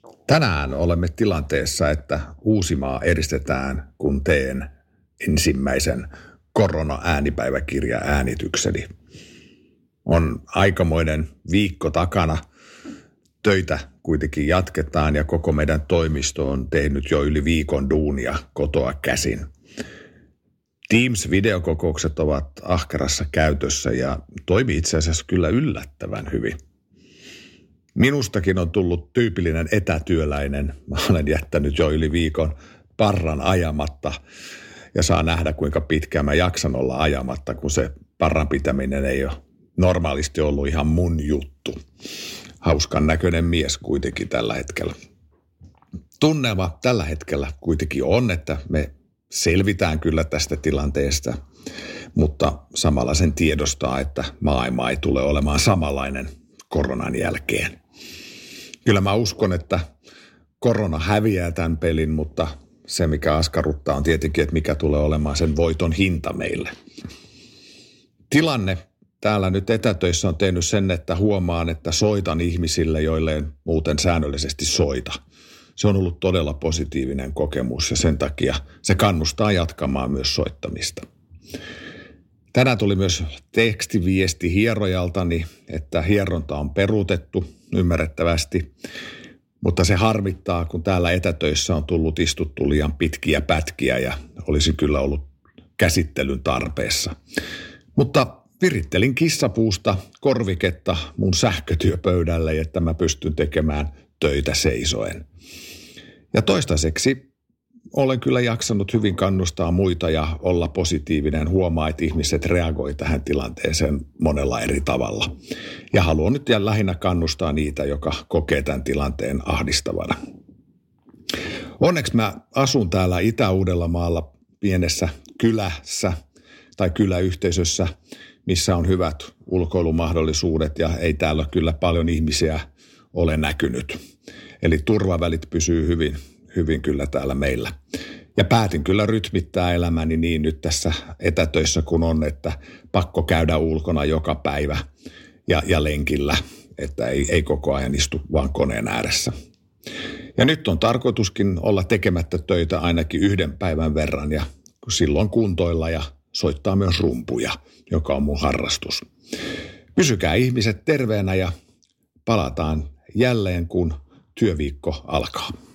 Tänään olemme tilanteessa, että Uusimaa eristetään, kun teen ensimmäisen korona-äänipäiväkirja-äänitykseni. On aikamoinen viikko takana. Töitä kuitenkin jatketaan ja koko meidän toimisto on tehnyt jo yli viikon duunia kotoa käsin. Teams-videokokoukset ovat ahkerassa käytössä ja toimii itse asiassa kyllä yllättävän hyvin. Minustakin on tullut tyypillinen etätyöläinen. Mä olen jättänyt jo yli viikon parran ajamatta ja saa nähdä, kuinka pitkään mä jaksan olla ajamatta, kun se parran pitäminen ei ole normaalisti ollut ihan mun juttu. Hauskan näköinen mies kuitenkin tällä hetkellä. Tunnelma tällä hetkellä kuitenkin on, että me selvitään kyllä tästä tilanteesta, mutta samalla sen tiedostaa, että maailma ei tule olemaan samanlainen koronan jälkeen. Kyllä mä uskon, että korona häviää tämän pelin, mutta se mikä askarruttaa on tietenkin, että mikä tulee olemaan sen voiton hinta meille. Tilanne täällä nyt etätöissä on tehnyt sen, että huomaan, että soitan ihmisille, joille en muuten säännöllisesti soita. Se on ollut todella positiivinen kokemus ja sen takia se kannustaa jatkamaan myös soittamista. Tänään tuli myös tekstiviesti hierojaltani, että hieronta on peruutettu ymmärrettävästi, mutta se harmittaa, kun täällä etätöissä on tullut istuttu liian pitkiä pätkiä ja olisi kyllä ollut käsittelyn tarpeessa. Mutta virittelin kissapuusta korviketta mun sähkötyöpöydälle, että mä pystyn tekemään töitä seisoen. Ja toistaiseksi olen kyllä jaksanut hyvin kannustaa muita ja olla positiivinen, huomaa, että ihmiset reagoi tähän tilanteeseen monella eri tavalla. Ja haluan nyt lähinnä kannustaa niitä, joka kokee tämän tilanteen ahdistavana. Onneksi mä asun täällä Itä-Uudellamaalla pienessä kylässä tai kyläyhteisössä, missä on hyvät ulkoilumahdollisuudet ja ei täällä kyllä paljon ihmisiä ole näkynyt. Eli turvavälit pysyy hyvin kyllä täällä meillä. Ja päätin kyllä rytmittää elämäni niin nyt tässä etätöissä kun on, että pakko käydä ulkona joka päivä ja lenkillä, että ei koko ajan istu vaan koneen ääressä. Ja nyt on tarkoituskin olla tekemättä töitä ainakin yhden päivän verran ja silloin kuntoilla ja soittaa myös rumpuja, joka on mun harrastus. Pysykää ihmiset terveenä ja palataan jälleen, kun työviikko alkaa.